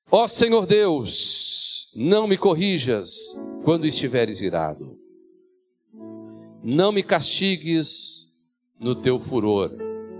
Ó Senhor Deus, não me corrijas quando estiveres irado. Não me castigues no teu furor.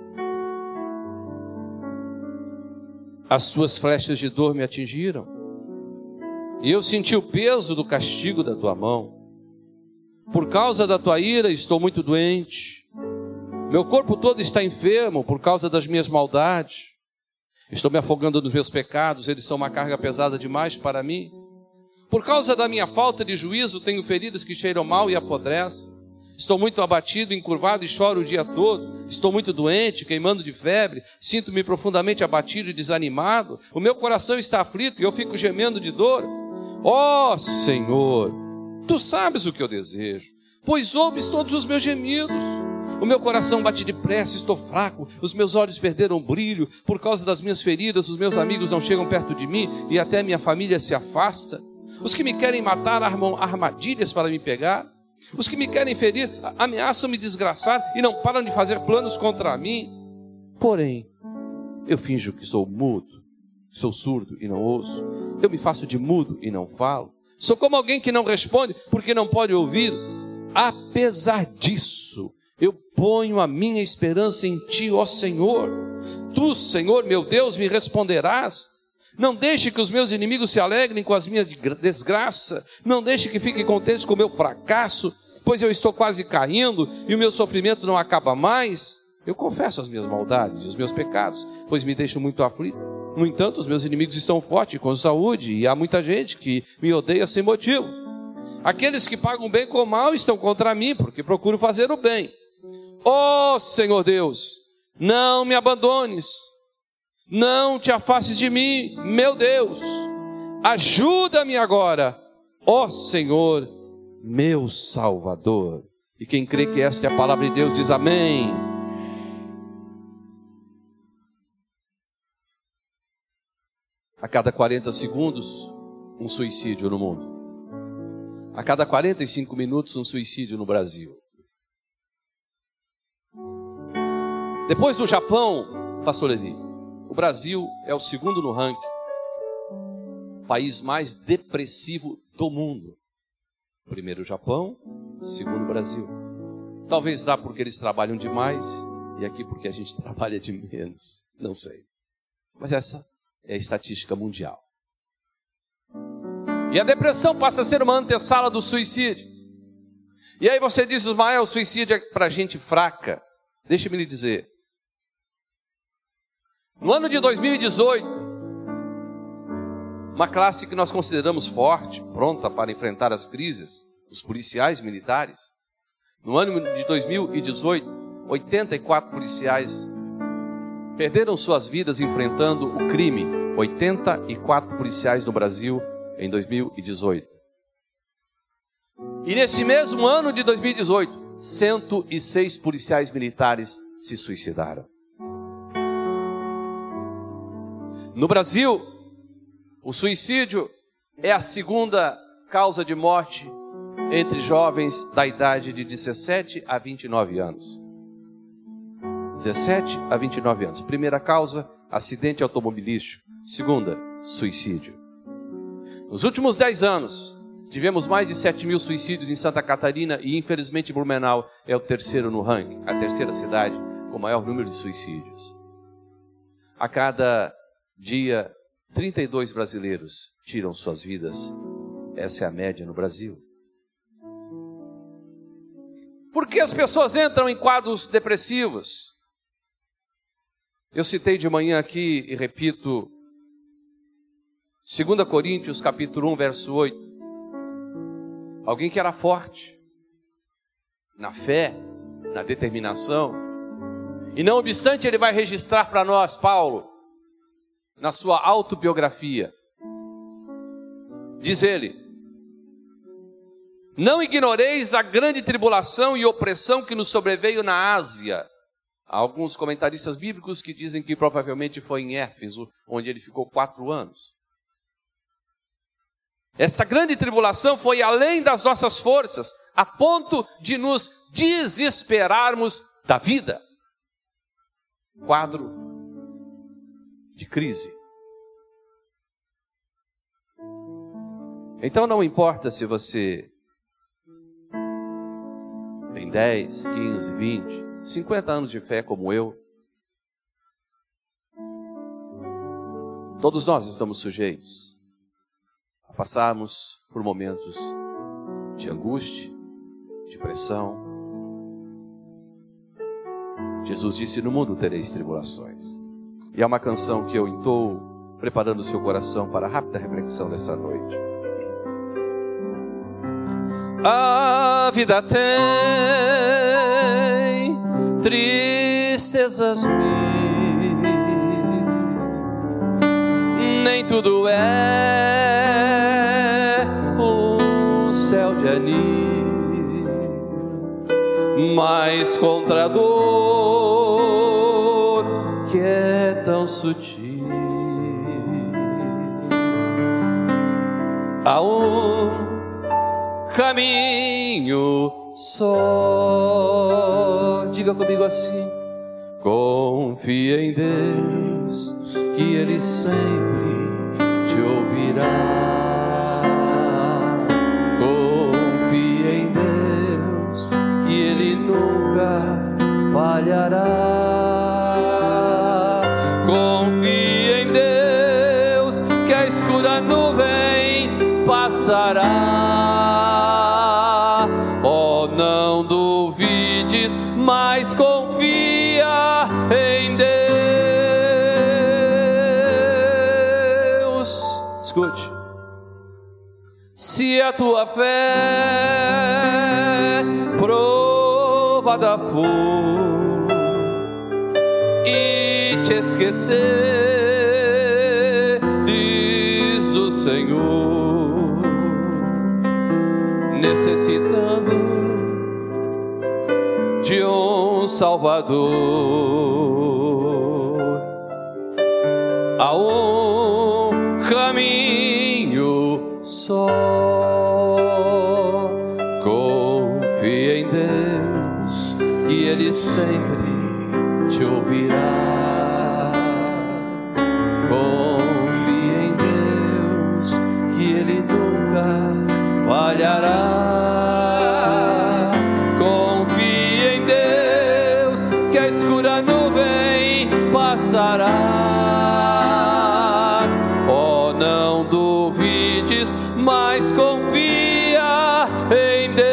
As tuas flechas de dor me atingiram, e eu senti o peso do castigo da tua mão. Por causa da tua ira estou muito doente. Meu corpo todo está enfermo por causa das minhas maldades. Estou me afogando nos meus pecados, eles são uma carga pesada demais para mim. Por causa da minha falta de juízo, tenho feridas que cheiram mal e apodrecem. Estou muito abatido, encurvado e choro o dia todo. Estou muito doente, queimando de febre. Sinto-me profundamente abatido e desanimado. O meu coração está aflito e eu fico gemendo de dor. Ó Senhor, tu sabes o que eu desejo, pois ouves todos os meus gemidos. O meu coração bate depressa, estou fraco, os meus olhos perderam o brilho. Por causa das minhas feridas, os meus amigos não chegam perto de mim e até minha família se afasta. Os que me querem matar armam armadilhas para me pegar. Os que me querem ferir ameaçam me desgraçar e não param de fazer planos contra mim. Porém, eu finjo que sou mudo, sou surdo e não ouço. Eu me faço de mudo e não falo. Sou como alguém que não responde porque não pode ouvir. Apesar disso, eu ponho a minha esperança em ti, ó Senhor. Tu, Senhor, meu Deus, me responderás. Não deixe que os meus inimigos se alegrem com as minhas desgraças. Não deixe que fiquem contentes com o meu fracasso, pois eu estou quase caindo e o meu sofrimento não acaba mais. Eu confesso as minhas maldades e os meus pecados, pois me deixo muito aflito. No entanto, os meus inimigos estão fortes, com saúde, e há muita gente que me odeia sem motivo. Aqueles que pagam bem com mal estão contra mim, porque procuro fazer o bem. Ó Senhor Deus, não me abandones, não te afastes de mim, meu Deus, ajuda-me agora, ó Senhor, meu Salvador. E quem crê que esta é a palavra de Deus diz amém. A cada 40 segundos, um suicídio no mundo. A cada 45 minutos, um suicídio no Brasil. Depois do Japão, pastor Eli, o Brasil é o segundo no ranking. País mais depressivo do mundo. Primeiro o Japão, segundo o Brasil. Talvez lá porque eles trabalham demais e aqui porque a gente trabalha de menos. Não sei. Mas essa é a estatística mundial. E a depressão passa a ser uma antessala do suicídio. E aí você diz, Ismael, o suicídio é para gente fraca. Deixe-me lhe dizer. No ano de 2018, uma classe que nós consideramos forte, pronta para enfrentar as crises, os policiais militares. No ano de 2018, 84 policiais perderam suas vidas enfrentando o crime. 84 policiais no Brasil em 2018. E nesse mesmo ano de 2018, 106 policiais militares se suicidaram. No Brasil, o suicídio é a segunda causa de morte entre jovens da idade de 17 a 29 anos. 17 a 29 anos. Primeira causa, acidente automobilístico. Segunda, suicídio. Nos últimos 10 anos, tivemos mais de 7 mil suicídios em Santa Catarina e, infelizmente, Blumenau é o terceiro no ranking, a terceira cidade com o maior número de suicídios. A cada dia, 32 brasileiros tiram suas vidas. Essa é a média no Brasil. Por que as pessoas entram em quadros depressivos? Eu citei de manhã aqui e repito, 2 Coríntios capítulo 1, verso 8. Alguém que era forte, na fé, na determinação. E não obstante, ele vai registrar para nós, Paulo, na sua autobiografia. Diz ele: não ignoreis a grande tribulação e opressão que nos sobreveio na Ásia. Há alguns comentaristas bíblicos que dizem que provavelmente foi em Éfeso, onde ele ficou 4 anos. Essa grande tribulação foi além das nossas forças, a ponto de nos desesperarmos da vida. Quadro de crise. Então não importa se você tem 10, 15, 20, 50 anos de fé como eu. Todos nós estamos sujeitos a passarmos por momentos de angústia, de pressão. Jesus disse: no mundo tereis tribulações. E há uma canção que eu entoo, preparando o seu coração para a rápida reflexão dessa noite. A vida tem tristezas mil, nem tudo é um céu de anil, mas contra a dor que é tão sutil, há um caminho só. Diga comigo assim: confia em Deus, que Ele sempre te ouvirá. Confia em Deus, que Ele nunca falhará. Confia em Deus, que a escura nuvem passará. Oh, não duvides, mas confia em Deus. Escute. Se a tua fé provada for e te esqueceres do Senhor, necessitando de um Salvador, há um caminho só. Confia em Deus, que Ele sempre te ouvirá. Confia em Deus, que Ele nunca falhará. Confia em Deus, que a escura nuvem passará. Oh, não duvides, mas confia em Deus.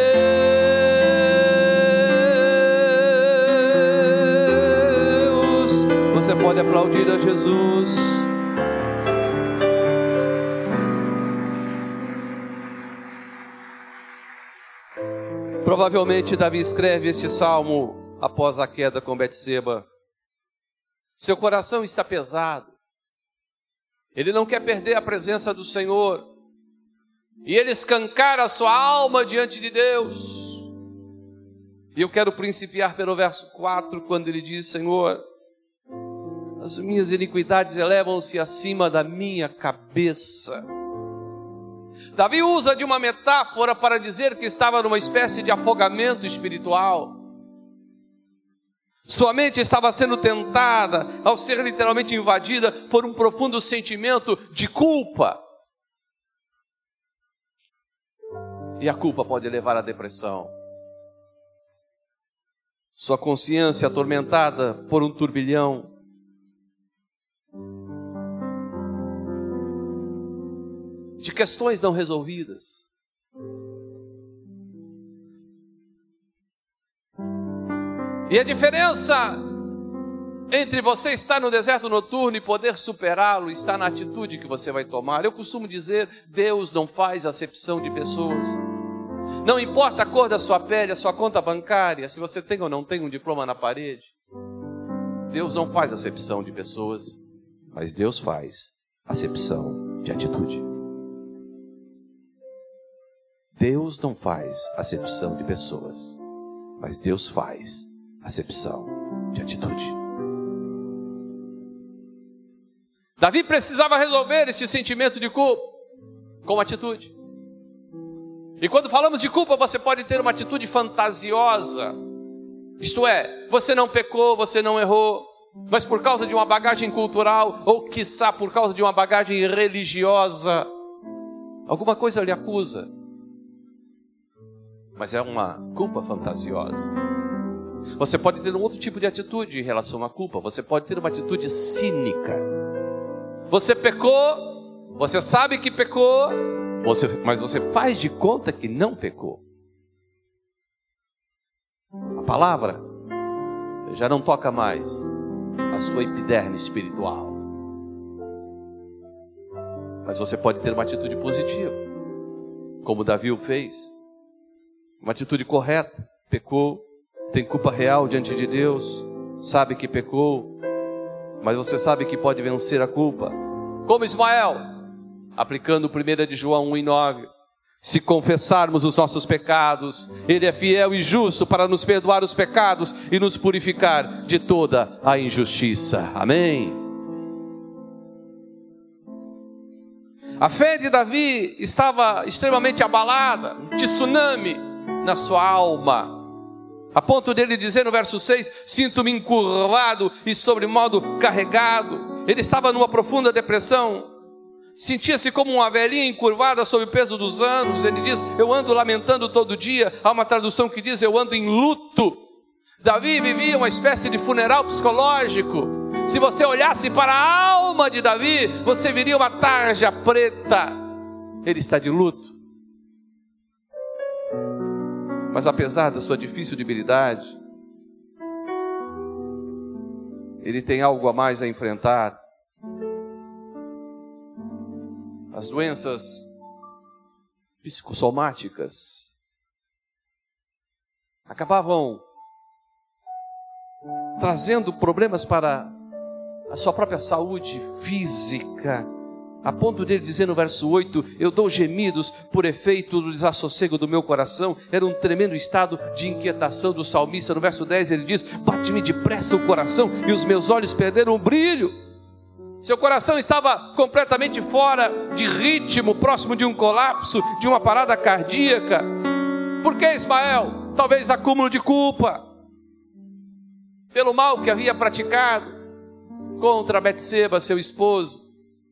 Você pode aplaudir a Jesus. Provavelmente Davi escreve este salmo após a queda com Betseba. Seu coração está pesado. Ele não quer perder a presença do Senhor. E ele escancara a sua alma diante de Deus. E eu quero principiar pelo verso 4, quando ele diz: Senhor, as minhas iniquidades elevam-se acima da minha cabeça. Davi usa de uma metáfora para dizer que estava numa espécie de afogamento espiritual. Sua mente estava sendo tentada, ao ser literalmente invadida por um profundo sentimento de culpa. E a culpa pode levar à depressão. Sua consciência atormentada por um turbilhão. De questões não resolvidas. E a diferença entre você estar no deserto noturno e poder superá-lo está na atitude que você vai tomar. Eu costumo dizer: Deus não faz acepção de pessoas. Não importa a cor da sua pele, a sua conta bancária, se você tem ou não tem um diploma na parede. Deus não faz acepção de pessoas, mas Deus faz acepção de atitude. Deus não faz acepção de pessoas, mas Deus faz acepção de atitude. Davi precisava resolver esse sentimento de culpa com atitude. E quando falamos de culpa, você pode ter uma atitude fantasiosa. Isto é, você não pecou, você não errou, mas por causa de uma bagagem cultural, ou quiçá por causa de uma bagagem religiosa, Alguma coisa lhe acusa, mas é uma culpa fantasiosa. Você pode ter um outro tipo de atitude em relação à culpa. Você pode ter uma atitude cínica. Você pecou, você sabe que pecou, mas você faz de conta que não pecou. A palavra já não toca mais a sua epiderme espiritual. Mas você pode ter uma atitude positiva, como Davi o fez. Uma atitude correta. Pecou, tem culpa real diante de Deus, sabe que pecou, mas você sabe que pode vencer a culpa. Como Ismael, aplicando 1 de João 1:9. Se confessarmos os nossos pecados, Ele é fiel e justo para nos perdoar os pecados e nos purificar de toda a injustiça. Amém? A fé de Davi estava extremamente abalada, um tsunami na sua alma, a ponto dele dizer no verso 6, sinto-me encurvado e sobremodo carregado. Ele estava numa profunda depressão, sentia-se como uma velhinha encurvada sob o peso dos anos. Ele diz, eu ando lamentando todo dia. Há uma tradução que diz, eu ando em luto. Davi vivia uma espécie de funeral psicológico. Se você olhasse para a alma de Davi, você viria uma tarja preta. Ele está de luto. Mas apesar da sua difícil debilidade, ele tem algo a mais a enfrentar. As doenças psicossomáticas acabavam trazendo problemas para a sua própria saúde física, a ponto dele dizer no verso 8, eu dou gemidos por efeito do desassossego do meu coração. Era um tremendo estado de inquietação do salmista. No verso 10 ele diz, bate-me depressa o coração e os meus olhos perderam o brilho. Seu coração estava completamente fora de ritmo, próximo de um colapso, de uma parada cardíaca. Por que, Ismael? Talvez acúmulo de culpa, pelo mal que havia praticado contra Betseba, seu esposo.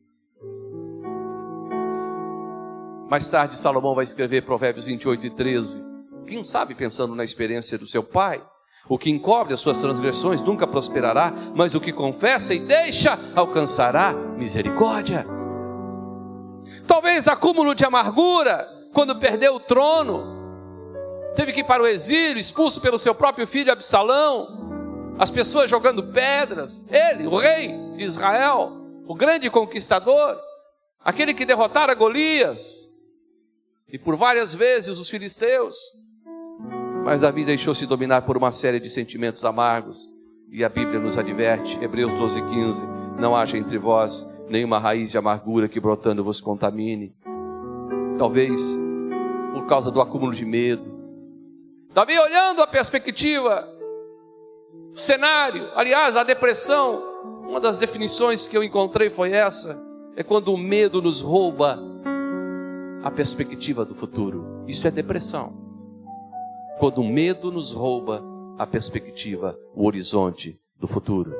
Mais tarde Salomão vai escrever Provérbios 28:13. Quem sabe pensando na experiência do seu pai, o que encobre as suas transgressões nunca prosperará, mas o que confessa e deixa alcançará misericórdia. Talvez acúmulo de amargura, quando perdeu o trono, teve que ir para o exílio, expulso pelo seu próprio filho Absalão, as pessoas jogando pedras, ele, o rei de Israel, o grande conquistador, aquele que derrotara Golias, e por várias vezes os filisteus. Mas Davi deixou-se dominar por uma série de sentimentos amargos, e a Bíblia nos adverte, Hebreus 12:15, não haja entre vós nenhuma raiz de amargura que brotando vos contamine. Talvez por causa do acúmulo de medo. Davi, olhando a perspectiva, o cenário, aliás, a depressão, uma das definições que eu encontrei foi essa, é quando o medo nos rouba a perspectiva do futuro. Isso é depressão. Quando o medo nos rouba a perspectiva, o horizonte do futuro.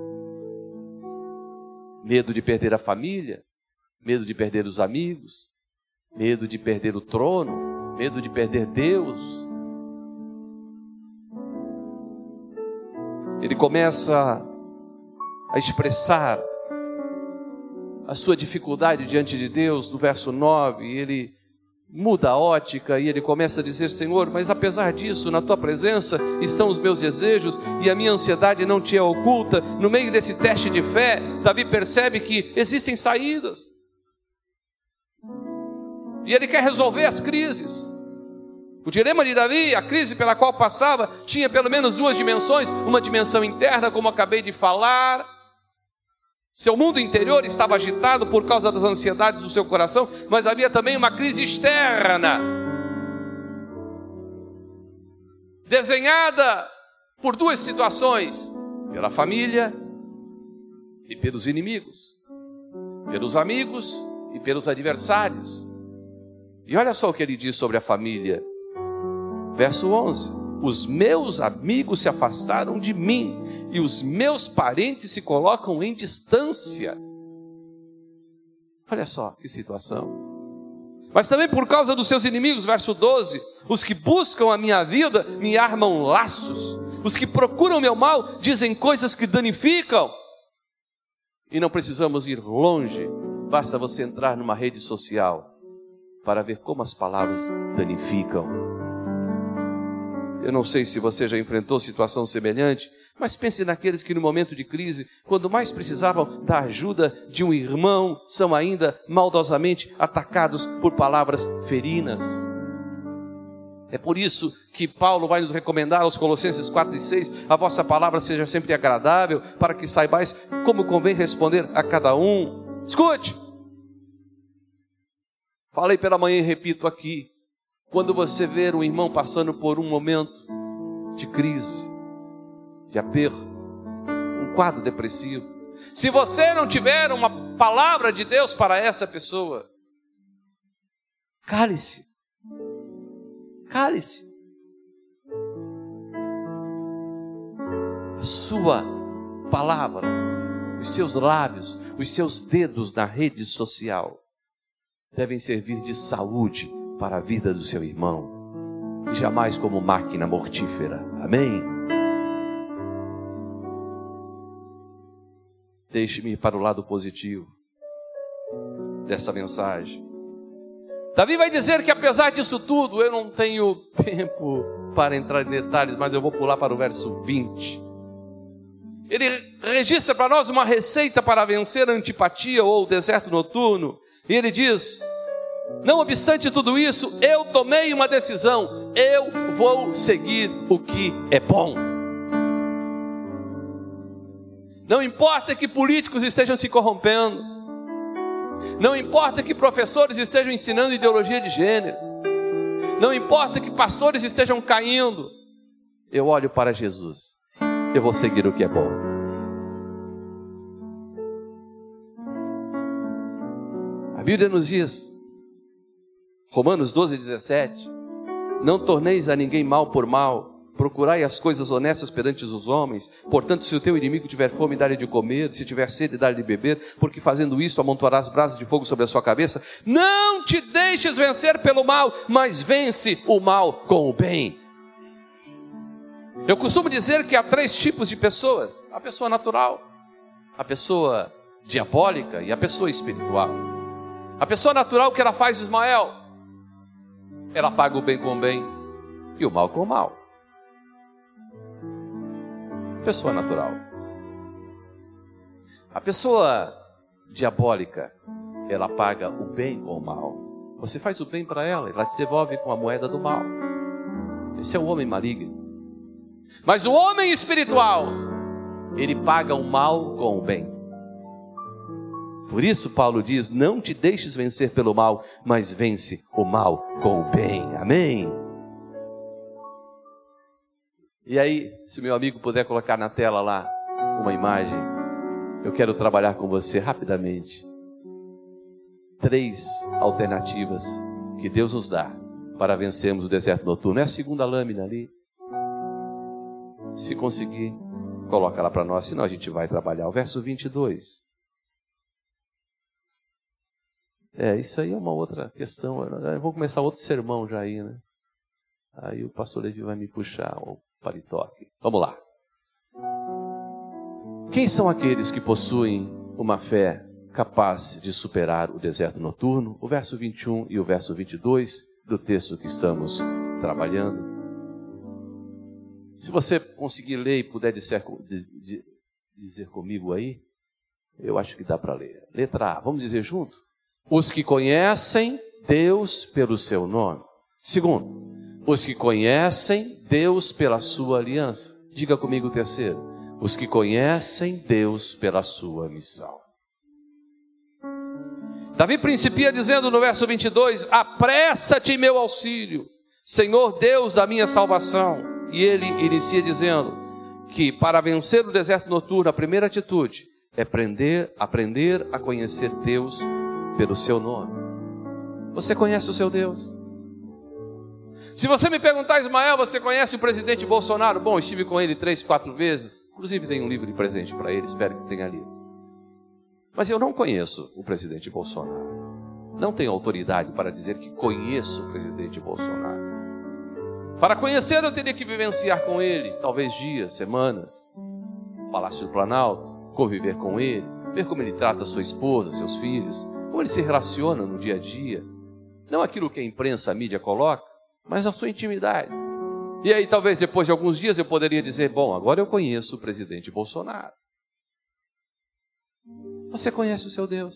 Medo de perder a família, medo de perder os amigos, medo de perder o trono, medo de perder Deus. Ele começa a expressar a sua dificuldade diante de Deus, no verso 9, ele muda a ótica e ele começa a dizer, Senhor, mas apesar disso, na tua presença estão os meus desejos e a minha ansiedade não te é oculta. No meio desse teste de fé, Davi percebe que existem saídas. E ele quer resolver as crises. O dilema de Davi, a crise pela qual passava, tinha pelo menos duas dimensões. Uma dimensão interna, como acabei de falar. Seu mundo interior estava agitado por causa das ansiedades do seu coração, mas havia também uma crise externa, desenhada por duas situações, pela família e pelos inimigos, pelos amigos e pelos adversários. E olha só o que ele diz sobre a família, verso 11, os meus amigos se afastaram de mim, e os meus parentes se colocam em distância. Olha só que situação. mas também por causa dos seus inimigos. Verso 12: os que buscam a minha vida me armam laços, os que procuram meu mal dizem coisas que danificam. E não precisamos ir longe, basta você entrar numa rede social para ver como as palavras danificam. Eu não sei se você já enfrentou situação semelhante, mas pense naqueles que no momento de crise, quando mais precisavam da ajuda de um irmão, são ainda maldosamente atacados por palavras ferinas. É por isso que Paulo vai nos recomendar aos Colossenses 4 e 6, a vossa palavra seja sempre agradável, para que saibais como convém responder a cada um. Escute! Falei pela manhã e repito aqui, quando você ver um irmão passando por um momento de crise, de aperto, um quadro depressivo, se você não tiver uma palavra de Deus para essa pessoa, cale-se. Cale-se. A sua palavra, os seus lábios, os seus dedos na rede social devem servir de saúde para a vida do seu irmão e jamais como máquina mortífera. Amém? Deixe-me ir para o lado positivo desta mensagem. Davi vai dizer que apesar disso tudo, eu não tenho tempo para entrar em detalhes, mas eu vou pular para o verso 20. Ele registra para nós uma receita para vencer a antipatia ou o deserto noturno. E ele diz: não obstante tudo isso, eu tomei uma decisão, eu vou seguir o que é bom. Não importa que políticos estejam se corrompendo, não importa que professores estejam ensinando ideologia de gênero, não importa que pastores estejam caindo, eu olho para Jesus, eu vou seguir o que é bom. A Bíblia nos diz, Romanos 12:17, não torneis a ninguém mal por mal, procurai as coisas honestas perante os homens. Portanto, se o teu inimigo tiver fome, dá-lhe de comer, se tiver sede, dá-lhe de beber, porque fazendo isto amontoarás brasas de fogo sobre a sua cabeça. Não te deixes vencer pelo mal, mas vence o mal com o bem. Eu costumo dizer que há 3 tipos de pessoas: a pessoa natural, a pessoa diabólica e a pessoa espiritual. A pessoa natural, que ela faz, Ismael? Ela paga o bem com o bem e o mal com o mal. Pessoa natural. A pessoa diabólica, ela paga o bem com o mal. Você faz o bem para ela, ela te devolve com a moeda do mal. Esse é o homem maligno. Mas o homem espiritual, ele paga o mal com o bem. Por isso Paulo diz: não te deixes vencer pelo mal, mas vence o mal com o bem. Amém? E aí, se meu amigo puder colocar na tela lá uma imagem, eu quero trabalhar com você rapidamente. 3 alternativas que Deus nos dá para vencermos o deserto noturno. É a segunda lâmina ali. Se conseguir, coloca lá para nós, senão a gente vai trabalhar. O verso 22. Isso aí é uma outra questão. Eu vou começar outro sermão já aí, né? Aí o pastor Levi vai me puxar o paletó aqui. Vamos lá. Quem são aqueles que possuem uma fé capaz de superar o deserto noturno? O verso 21 e o verso 22 do texto que estamos trabalhando. Se você conseguir ler e puder dizer comigo aí, eu acho que dá para ler. Letra A, vamos dizer junto? Os que conhecem Deus pelo seu nome. Segundo, os que conhecem Deus pela sua aliança. Diga comigo o terceiro. Os que conhecem Deus pela sua missão. Davi principia dizendo no verso 22, apressa-te em meu auxílio, Senhor Deus da minha salvação. E ele inicia dizendo que para vencer o deserto noturno, a primeira atitude é aprender a conhecer Deus pelo seu nome. Você conhece o seu Deus? Se você me perguntar, Ismael, você conhece o presidente Bolsonaro? Bom, estive com ele 3, 4 vezes. Inclusive dei um livro de presente para ele, espero que tenha lido. Mas eu não conheço o presidente Bolsonaro. não tenho autoridade para dizer que conheço o presidente Bolsonaro. Para conhecer, eu teria que vivenciar com ele, talvez dias, semanas, no Palácio do Planalto, conviver com ele, ver como ele trata sua esposa, seus filhos, como ele se relaciona no dia a dia. Não aquilo que a imprensa, a mídia coloca, mas a sua intimidade. E aí, talvez depois de alguns dias, eu poderia dizer, bom, agora eu conheço o presidente Bolsonaro. Você conhece o seu Deus?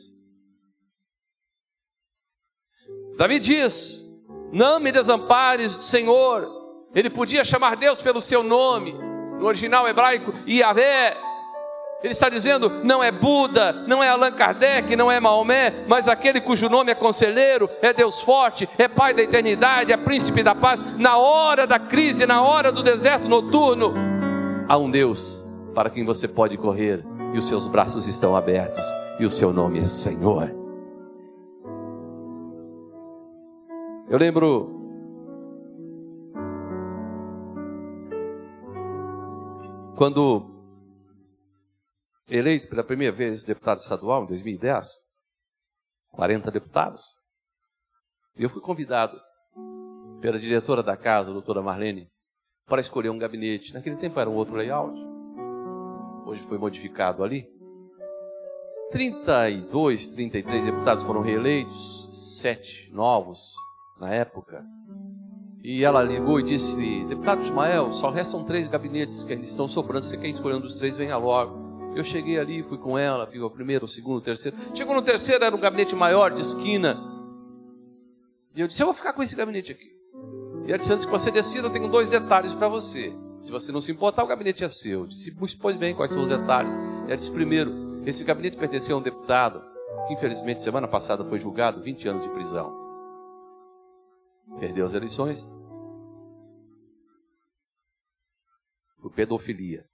Davi diz, não me desampares, Senhor. Ele podia chamar Deus pelo seu nome, no original hebraico, Yahvé. Ele está dizendo, não é Buda, não é Allan Kardec, não é Maomé, mas aquele cujo nome é conselheiro, é Deus forte, é Pai da eternidade, é Príncipe da paz. Na hora da crise, na hora do deserto noturno, há um Deus para quem você pode correr, e os seus braços estão abertos, e o seu nome é Senhor. Eu lembro quando eleito pela primeira vez deputado estadual, em 2010, 40 deputados, e eu fui convidado pela diretora da casa, a doutora Marlene, para escolher um gabinete. Naquele tempo era um outro layout, hoje foi modificado ali. 32, 33 deputados foram reeleitos, 7 novos na época. E ela ligou e disse, deputado Ismael, só restam 3 gabinetes que eles estão sobrando, se você quer escolher um dos 3, venha logo. Eu cheguei ali, fui com ela, vi o primeiro, o segundo, o terceiro. Chegou no terceiro, era um gabinete maior, de esquina. E eu disse, eu vou ficar com esse gabinete aqui. E ela disse, antes que você decida, eu tenho 2 detalhes para você. Se você não se importar, o gabinete é seu. Eu disse, pois bem, quais são os detalhes? Ela disse, primeiro, esse gabinete pertencia a um deputado, que infelizmente semana passada foi julgado, 20 anos de prisão. Perdeu as eleições por pedofilia.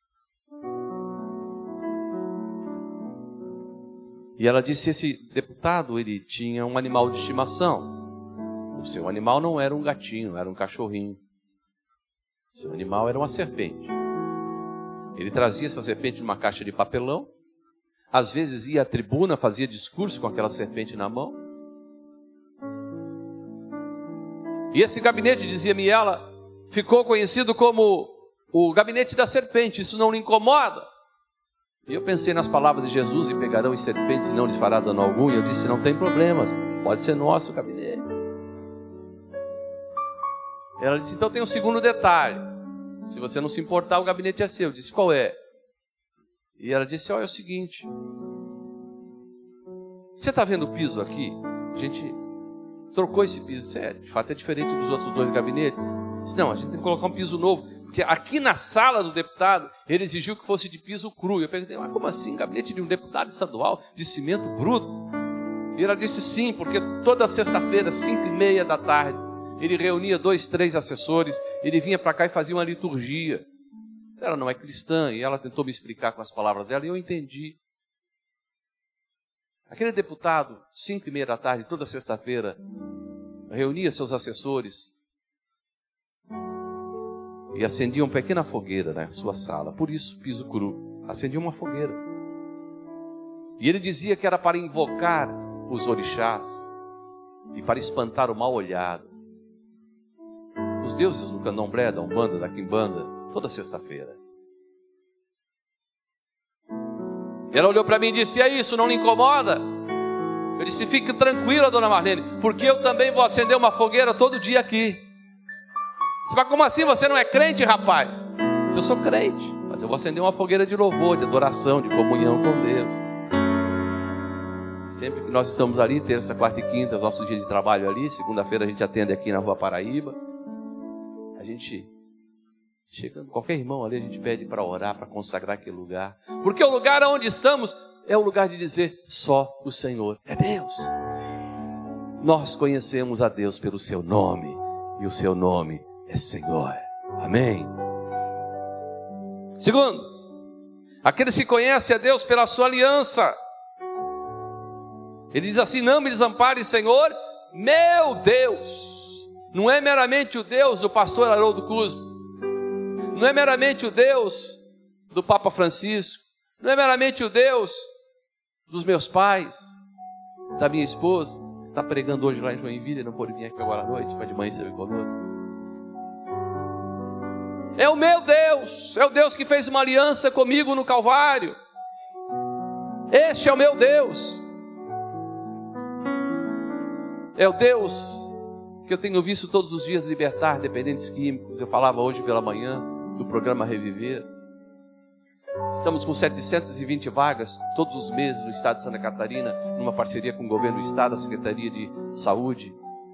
E ela disse, esse deputado, ele tinha um animal de estimação. O seu animal não era um gatinho, não era um cachorrinho. O seu animal era uma serpente. Ele trazia essa serpente numa caixa de papelão. Às vezes ia à tribuna, fazia discurso com aquela serpente na mão. E esse gabinete, dizia-me ela, ficou conhecido como o gabinete da serpente. Isso não lhe incomoda? E eu pensei nas palavras de Jesus, e pegarão em serpentes e não lhes fará dano algum. E eu disse, não tem problemas, pode ser nosso gabinete. Ela disse, então tem um segundo detalhe. Se você não se importar, o gabinete é seu. Eu disse, qual é? E ela disse, olha, é o seguinte. Você está vendo o piso aqui? A gente trocou esse piso. Disse, de fato é diferente dos outros 2 gabinetes. Eu disse, não, a gente tem que colocar um piso novo. Porque aqui na sala do deputado, ele exigiu que fosse de piso cru. Eu perguntei, mas como assim? Gabinete de um deputado estadual de cimento bruto? E ela disse sim, porque toda sexta-feira, 5h30 da tarde, ele reunia 2, 3 assessores, ele vinha para cá e fazia uma liturgia. Ela não é cristã, e ela tentou me explicar com as palavras dela, e eu entendi. Aquele deputado, 5h30 da tarde, toda sexta-feira, reunia seus assessores e acendia uma pequena fogueira na sua sala. Por isso, piso cru. Acendia uma fogueira. E ele dizia que era para invocar os orixás e para espantar o mal-olhado. Os deuses do candomblé, da umbanda, da quimbanda, toda sexta-feira. Ela olhou para mim e disse, é isso, não lhe incomoda? Eu disse, fique tranquila, dona Marlene, porque eu também vou acender uma fogueira todo dia aqui. Mas como assim, você não é crente, rapaz? Eu sou crente, mas eu vou acender uma fogueira de louvor, de adoração, de comunhão com Deus. Sempre que nós estamos ali, terça, quarta e quinta, nosso dia de trabalho ali, segunda-feira a gente atende aqui na Rua Paraíba. A gente chega, qualquer irmão ali, a gente pede para orar, para consagrar aquele lugar. Porque o lugar onde estamos é o lugar de dizer, só o Senhor é Deus. Nós conhecemos a Deus pelo seu nome, e o seu nome é Senhor. Amém. Segundo, aqueles que conhecem a Deus pela sua aliança. Ele diz assim, não me desampare, Senhor, meu Deus. Não é meramente o Deus do pastor Haroldo Cusco. Não é meramente o Deus do Papa Francisco. Não é meramente o Deus dos meus pais, da minha esposa. está pregando hoje lá em Joinville, não pode vir aqui agora à noite, vai de manhã servir conosco. É o meu Deus, é o Deus que fez uma aliança comigo no Calvário. Este é o meu Deus. É o Deus que eu tenho visto todos os dias libertar dependentes químicos. Eu falava hoje pela manhã do programa Reviver. Estamos com 720 vagas todos os meses no estado de Santa Catarina, numa parceria com o governo do estado, a Secretaria de Saúde.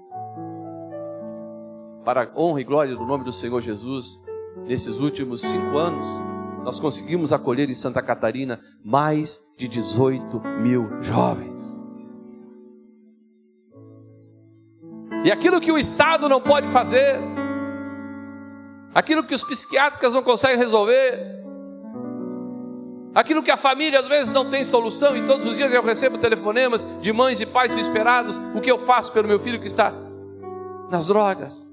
Para a honra e glória do nome do Senhor Jesus, nesses últimos 5 anos, nós conseguimos acolher em Santa Catarina mais de 18 mil jovens. E aquilo que o Estado não pode fazer, aquilo que os psiquiatras não conseguem resolver, aquilo que a família às vezes não tem solução, e todos os dias eu recebo telefonemas de mães e pais desesperados, o que eu faço pelo meu filho que está nas drogas?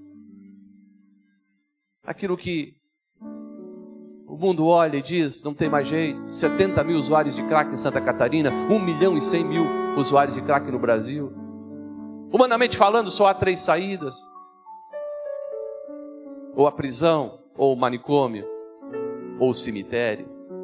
Aquilo que o mundo olha e diz, não tem mais jeito, 70 mil usuários de crack em Santa Catarina, 1.100.000 usuários de crack no Brasil. Humanamente falando, só há 3 saídas: ou a prisão, ou o manicômio, ou o cemitério.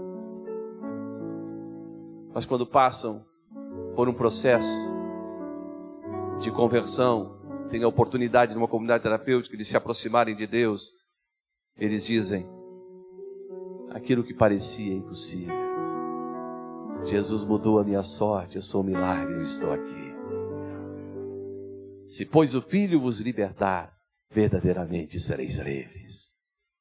Mas quando passam por um processo de conversão, têm a oportunidade de uma comunidade terapêutica de se aproximarem de Deus, eles dizem aquilo que parecia impossível: Jesus mudou a minha sorte, eu sou um milagre, eu estou aqui. Se pois o Filho vos libertar, verdadeiramente sereis livres.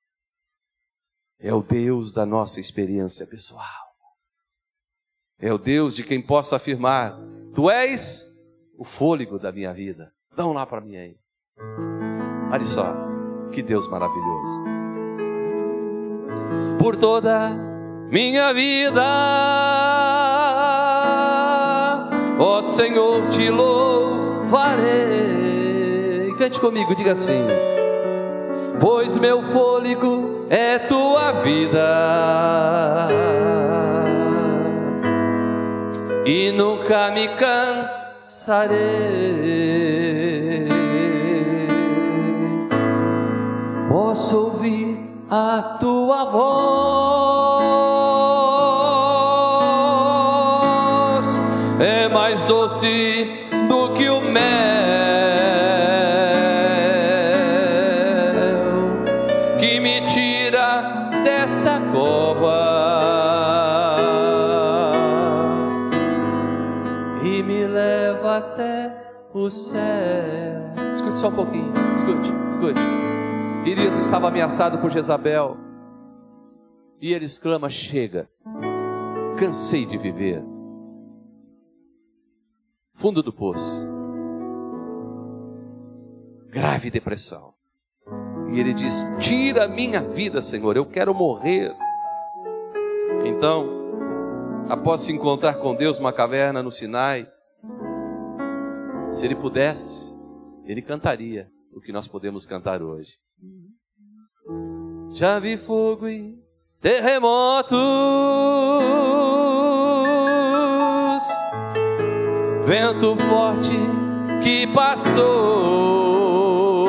É o Deus da nossa experiência pessoal. É o Deus de quem posso afirmar: tu és o fôlego da minha vida. Dá um lá para mim aí. Olha só, que Deus maravilhoso. Por toda minha vida, ó Senhor, te louvarei. Cante comigo, diga assim: pois meu fôlego é tua vida, e nunca me cansarei. Posso ouvir a tua voz, é mais doce do que o mel, que me tira desta cova e me leva até o céu. Escute só um pouquinho, escute. Irias estava ameaçado por Jezabel, e ele exclama: chega, cansei de viver. Fundo do poço, grave depressão, e ele diz: tira a minha vida, Senhor, eu quero morrer. Então, após se encontrar com Deus numa caverna no Sinai, se ele pudesse, ele cantaria o que nós podemos cantar hoje. Já vi fogo e terremotos, vento forte que passou.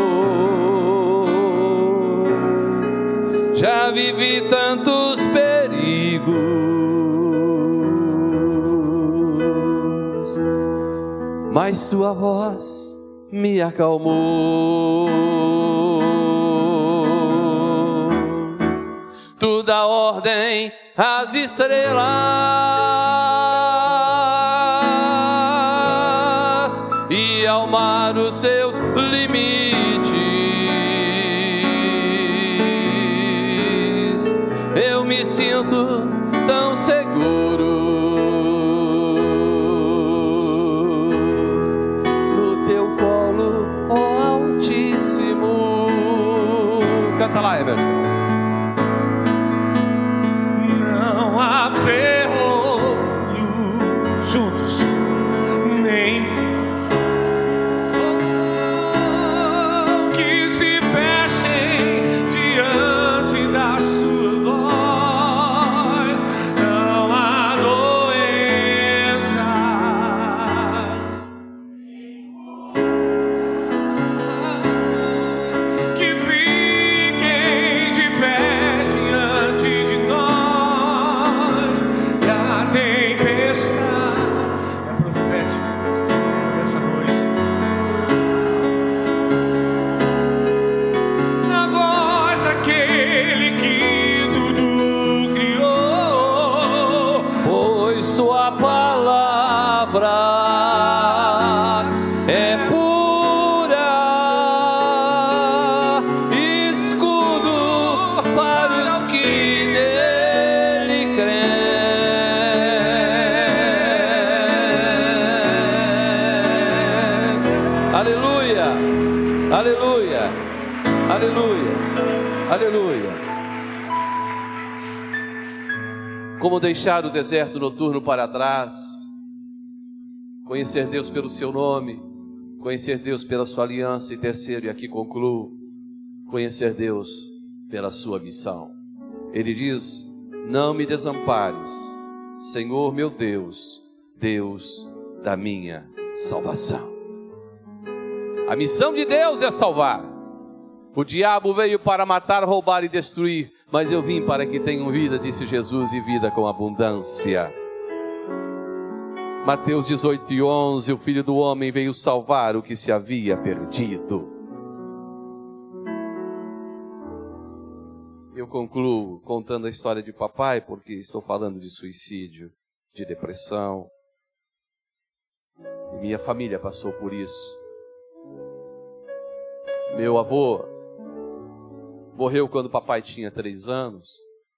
Já vivi tantos perigos, mas tua voz me acalmou. Tu dá ordem às estrelas e ao mar os seus limites. Eu me sinto tão seguro no teu colo, ó Altíssimo. Canta lá, Emerson. Não há ferrolho juntos, nem que se fechem diante da sua voz. Aleluia, aleluia, aleluia, aleluia. Como deixar o deserto noturno para trás, conhecer Deus pelo seu nome, conhecer Deus pela sua aliança, e terceiro, e aqui concluo, conhecer Deus pela sua missão. Ele diz: não me desampares, Senhor meu Deus, Deus da minha salvação. A missão de Deus é salvar. O diabo veio para matar, roubar e destruir, mas eu vim para que tenham vida, disse Jesus, e vida com abundância. Mateus 18:11, o Filho do Homem veio salvar o que se havia perdido. Eu concluo contando a história de papai, porque estou falando de suicídio, de depressão. E minha família passou por isso. Meu avô morreu quando papai tinha 3 anos.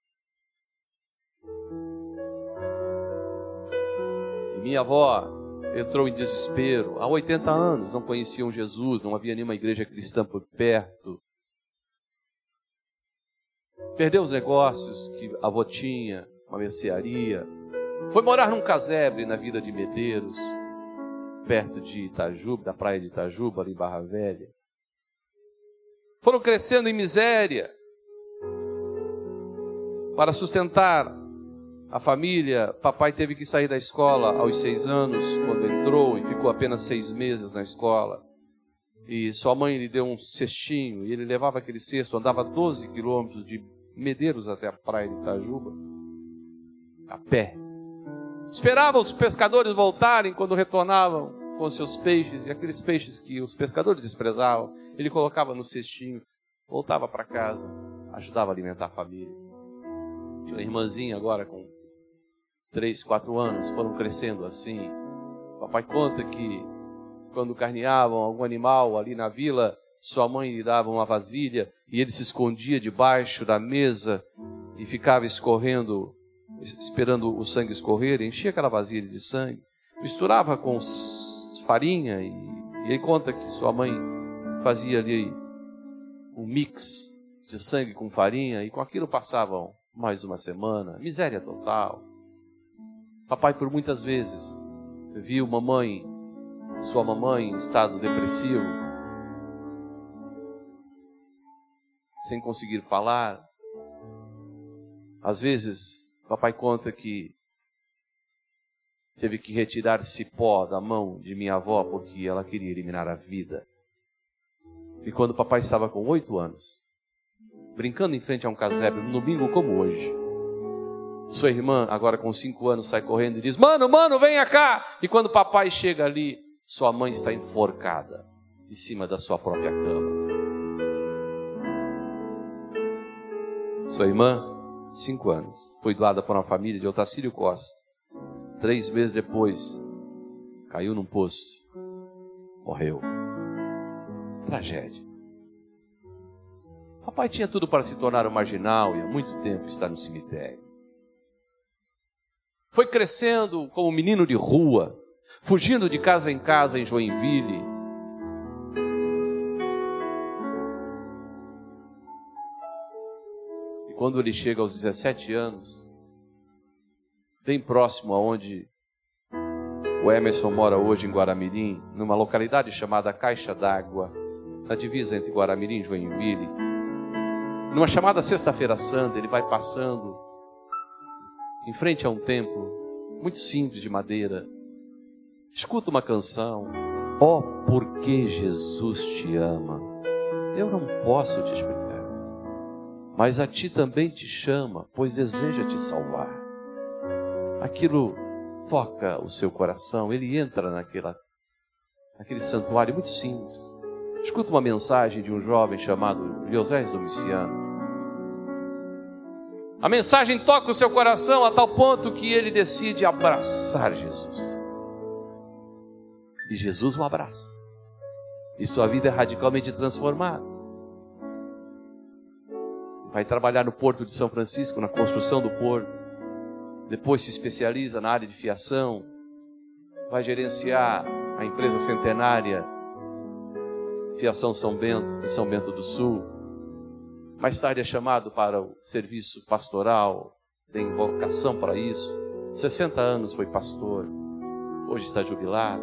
E minha avó entrou em desespero. Há 80 anos não conheciam Jesus, não havia nenhuma igreja cristã por perto. Perdeu os negócios que a avó tinha, uma mercearia. Foi morar num casebre na Vila de Medeiros, perto de Itajuba, da praia de Itajuba, ali em Barra Velha. Foram crescendo em miséria. Para sustentar a família, papai teve que sair da escola aos 6 anos, quando entrou, e ficou apenas 6 meses na escola. E sua mãe lhe deu um cestinho, e ele levava aquele cesto, andava 12 quilômetros de Medeiros até a praia de Itajuba, a pé. Esperava os pescadores voltarem quando retornavam com seus peixes, e aqueles peixes que os pescadores desprezavam, ele colocava no cestinho, voltava para casa, ajudava a alimentar a família. Tinha uma irmãzinha agora com 3, 4 anos, foram crescendo assim. Papai conta que quando carneavam algum animal ali na vila, sua mãe lhe dava uma vasilha e ele se escondia debaixo da mesa e ficava escorrendo, esperando o sangue escorrer, enchia aquela vasilha de sangue, misturava com farinha e ele conta que sua mãe fazia ali um mix de sangue com farinha e com aquilo passavam mais uma semana, miséria total. Papai por muitas vezes viu sua mamãe em estado depressivo, sem conseguir falar. Às vezes, papai conta que teve que retirar cipó da mão de minha avó porque ela queria eliminar a vida. E quando papai estava com 8 anos, brincando em frente a um casebre, num domingo como hoje, sua irmã, agora com 5 anos, sai correndo e diz: mano, venha cá! E quando papai chega ali, sua mãe está enforcada em cima da sua própria cama. Sua irmã, 5 anos, foi doada por uma família de Otacílio Costa. 3 meses depois, caiu num poço, morreu. Tragédia. Papai tinha tudo para se tornar um marginal e há muito tempo está no cemitério. Foi crescendo como menino de rua, fugindo de casa em casa em Joinville. E quando ele chega aos 17 anos, bem próximo aonde o Emerson mora hoje, em Guaramirim, numa localidade chamada Caixa d'Água, na divisa entre Guaramirim e Joinville, numa chamada Sexta-feira Santa, ele vai passando em frente a um templo muito simples de madeira, escuta uma canção: ó, porque Jesus te ama. Eu não posso te explicar, mas a ti também te chama, pois deseja te salvar. Aquilo toca o seu coração, ele entra naquele santuário muito simples. Escuta uma mensagem de um jovem chamado José Domiciano. A mensagem toca o seu coração a tal ponto que ele decide abraçar Jesus. E Jesus o abraça. E sua vida é radicalmente transformada. Vai trabalhar no Porto de São Francisco, na construção do porto. Depois se especializa na área de fiação. Vai gerenciar a empresa centenária Fiação São Bento, em São Bento do Sul. Mais tarde é chamado para o serviço pastoral, tem vocação para isso. 60 anos foi pastor, hoje está jubilado.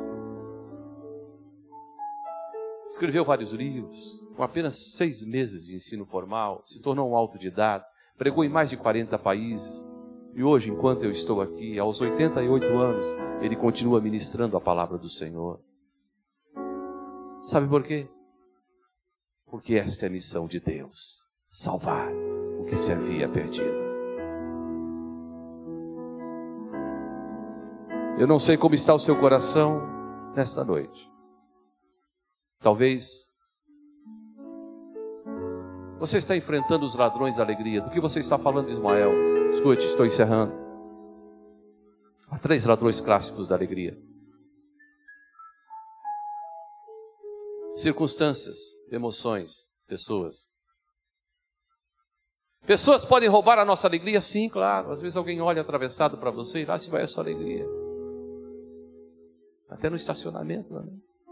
Escreveu vários livros, com apenas 6 meses de ensino formal, se tornou um autodidata, pregou em mais de 40 países. E hoje, enquanto eu estou aqui, aos 88 anos, ele continua ministrando a palavra do Senhor. Sabe por quê? Porque esta é a missão de Deus, salvar o que se havia perdido. Eu não sei como está o seu coração nesta noite. Talvez você está enfrentando os ladrões da alegria. Do que você está falando, Ismael? Escute, estou encerrando. Há 3 ladrões clássicos da alegria: circunstâncias, emoções, pessoas. Pessoas podem roubar a nossa alegria? Sim, claro. Às vezes alguém olha atravessado para você e lá se vai a sua alegria. Até no estacionamento, né?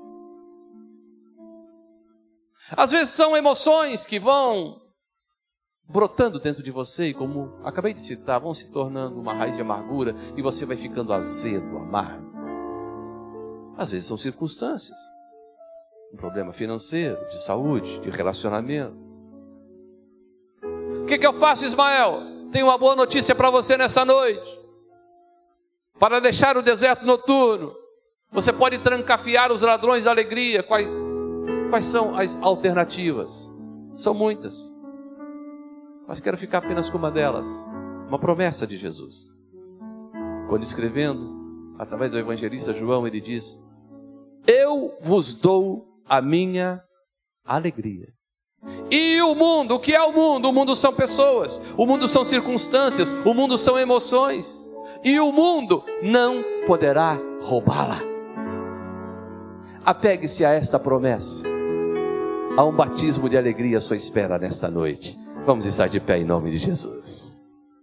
Às vezes são emoções que vão brotando dentro de você e, como acabei de citar, vão se tornando uma raiz de amargura e você vai ficando azedo, amargo. Às vezes são circunstâncias. Um problema financeiro, de saúde, de relacionamento. O que eu faço, Ismael? Tenho uma boa notícia para você nessa noite. Para deixar o deserto noturno, você pode trancafiar os ladrões da alegria. Quais são as alternativas? São muitas. Mas quero ficar apenas com uma delas. Uma promessa de Jesus. Quando escrevendo, através do evangelista João, ele diz: eu vos dou a minha alegria. E o mundo, o que é o mundo? O mundo são pessoas, o mundo são circunstâncias, o mundo são emoções. E o mundo não poderá roubá-la. Apegue-se a esta promessa. Há um batismo de alegria à sua espera nesta noite. Vamos estar de pé em nome de Jesus.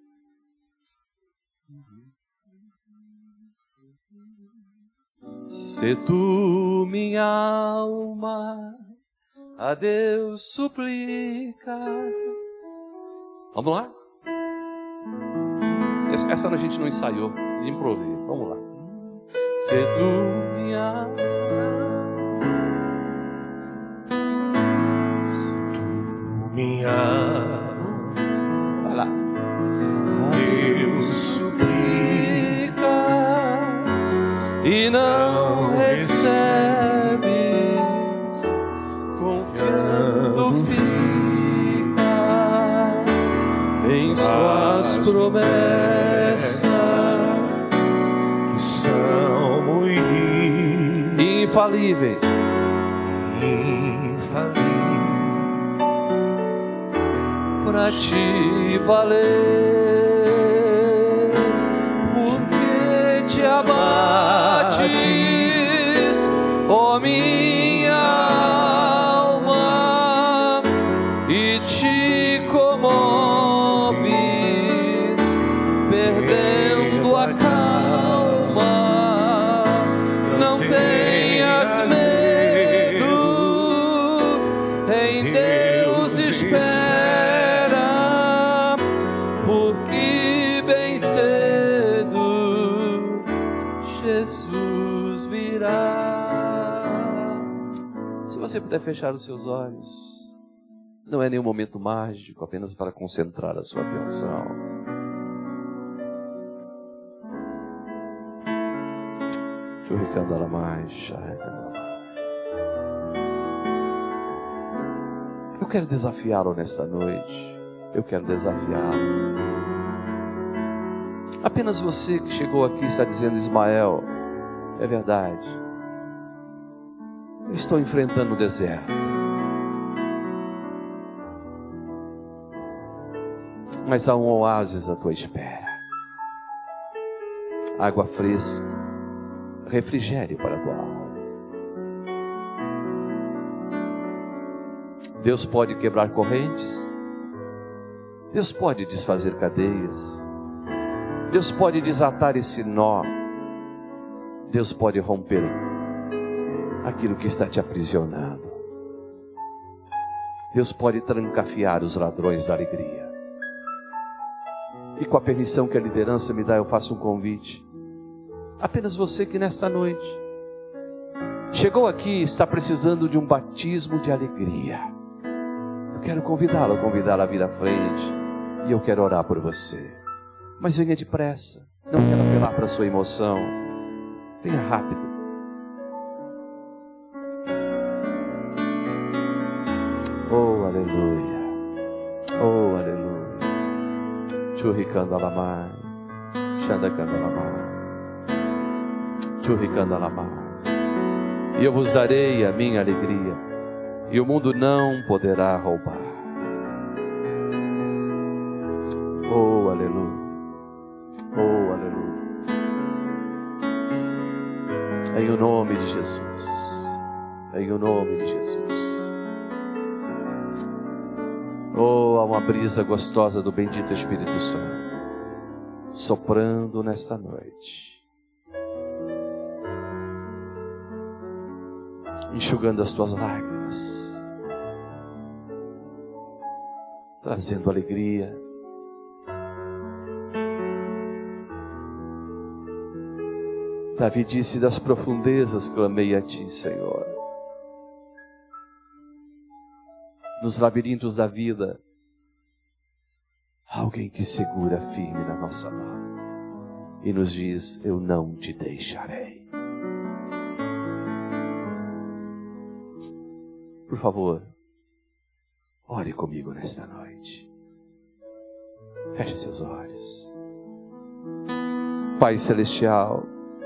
Se tu, minha alma, a Deus suplica. Vamos lá? Essa a gente não ensaiou, de improviso. Vamos lá. Se tu, minha alma, minha alma, vai lá. Deus suplicas e não recebes, confiando fica em suas promessas, que são muito infalíveis. Para te valer, porque te abates, ó minha alma, e te comoves, perdendo a calma. Não tenhas medo, em Deus espera. Jesus virá. Se você puder fechar os seus olhos, não é nenhum momento mágico, apenas para concentrar a sua atenção. Eu quero desafiá-lo nesta noite. Eu quero desafiá-lo. Apenas você que chegou aqui está dizendo: Ismael, é verdade, eu estou enfrentando o deserto, mas há um oásis à tua espera, água fresca, refrigério para a tua alma. Deus pode quebrar correntes, Deus pode desfazer cadeias, Deus pode desatar esse nó, Deus pode romper aquilo que está te aprisionando. Deus pode trancafiar os ladrões da alegria. E com a permissão que a liderança me dá, eu faço um convite. Apenas você que nesta noite chegou aqui e está precisando de um batismo de alegria. Eu quero convidá-lo a vir à frente. E eu quero orar por você. Mas venha depressa. Não quero apelar para a sua emoção. Venha rápido. Oh, aleluia. Oh, aleluia. Churricando alamai. Xandacando alamai. Churricando alamai. E eu vos darei a minha alegria, e o mundo não poderá roubar. Oh, aleluia. Oh, aleluia. Em o nome de Jesus. Em o nome de Jesus. Oh, há uma brisa gostosa do bendito Espírito Santo soprando nesta noite, enxugando as tuas lágrimas, trazendo alegria. Davi disse: das profundezas clamei a ti, Senhor. Nos labirintos da vida, alguém que segura firme na nossa mão e nos diz: eu não te deixarei. Por favor, ore comigo nesta noite. Feche seus olhos. Pai Celestial,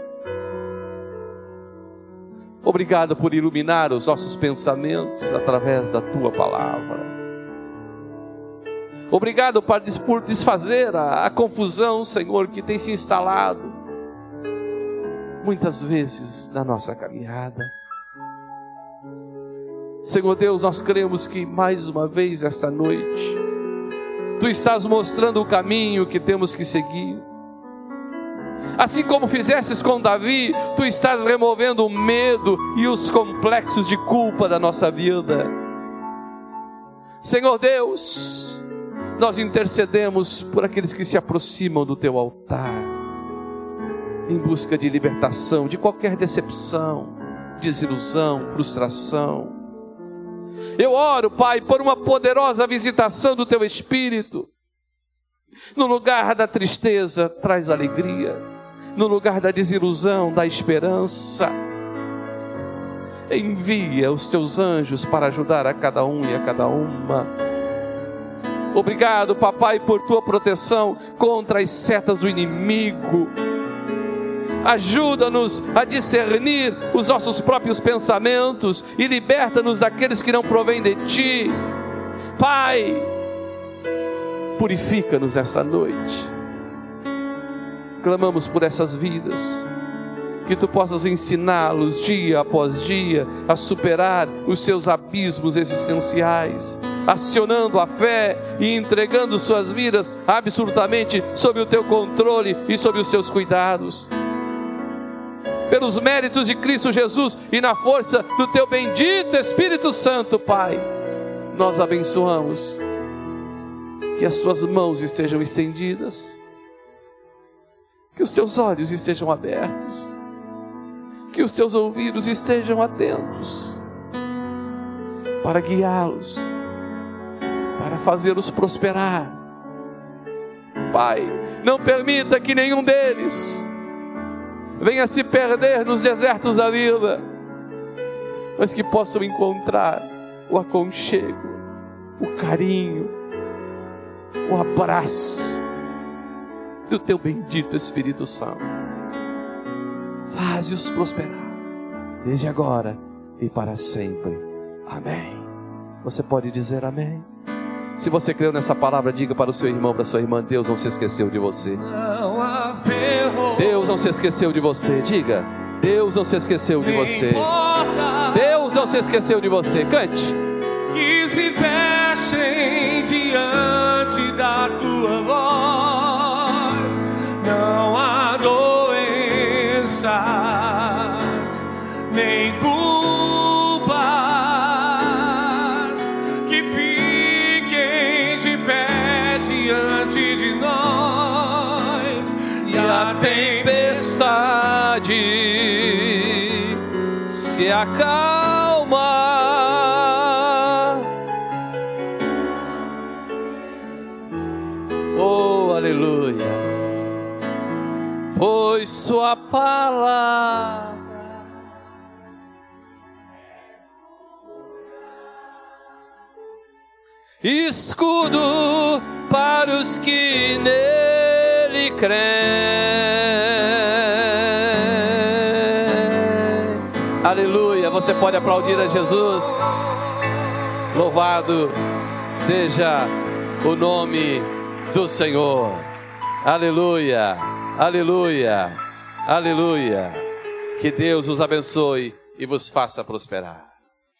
obrigado por iluminar os nossos pensamentos através da Tua Palavra. Obrigado por desfazer a confusão, Senhor, que tem se instalado muitas vezes na nossa caminhada. Senhor Deus, nós cremos que mais uma vez esta noite Tu estás mostrando o caminho que temos que seguir. Assim como fizestes com Davi, Tu estás removendo o medo e os complexos de culpa da nossa vida. Senhor Deus, nós intercedemos por aqueles que se aproximam do Teu altar, em busca de libertação de qualquer decepção, desilusão, frustração. Eu oro, Pai, por uma poderosa visitação do Teu Espírito. No lugar da tristeza, traz alegria. No lugar da desilusão, dá esperança. Envia os Teus anjos para ajudar a cada um e a cada uma. Obrigado, Papai, por Tua proteção contra as setas do inimigo. Ajuda-nos a discernir os nossos próprios pensamentos e liberta-nos daqueles que não provêm de Ti. Pai, purifica-nos esta noite. Clamamos por essas vidas, que Tu possas ensiná-los dia após dia a superar os seus abismos existenciais, acionando a fé e entregando suas vidas absolutamente sob o Teu controle e sob os Teus cuidados. Pelos méritos de Cristo Jesus e na força do Teu bendito Espírito Santo, Pai, nós abençoamos. Que as Tuas mãos estejam estendidas, que os Teus olhos estejam abertos, que os Teus ouvidos estejam atentos, para guiá-los, para fazê-los prosperar. Pai, não permita que nenhum deles venha se perder nos desertos da vida, mas que possam encontrar o aconchego, o carinho, o abraço do Teu bendito Espírito Santo. Faze-os prosperar, desde agora e para sempre. Amém. Você pode dizer amém? Se você creu nessa palavra, diga para o seu irmão, para a sua irmã: Deus não se esqueceu de você. Deus não se esqueceu de você. Diga: Deus não se esqueceu de você. Deus não se esqueceu de você. Cante. Que se fechem diante da Tua voz, não há doenças, nem culpas que tempestade se acalma. Oh, aleluia. Pois sua palavra escudo para os que nele creem. Aleluia. Você pode aplaudir a Jesus. Louvado seja o nome do Senhor. Aleluia, aleluia, aleluia. Que Deus os abençoe e vos faça prosperar.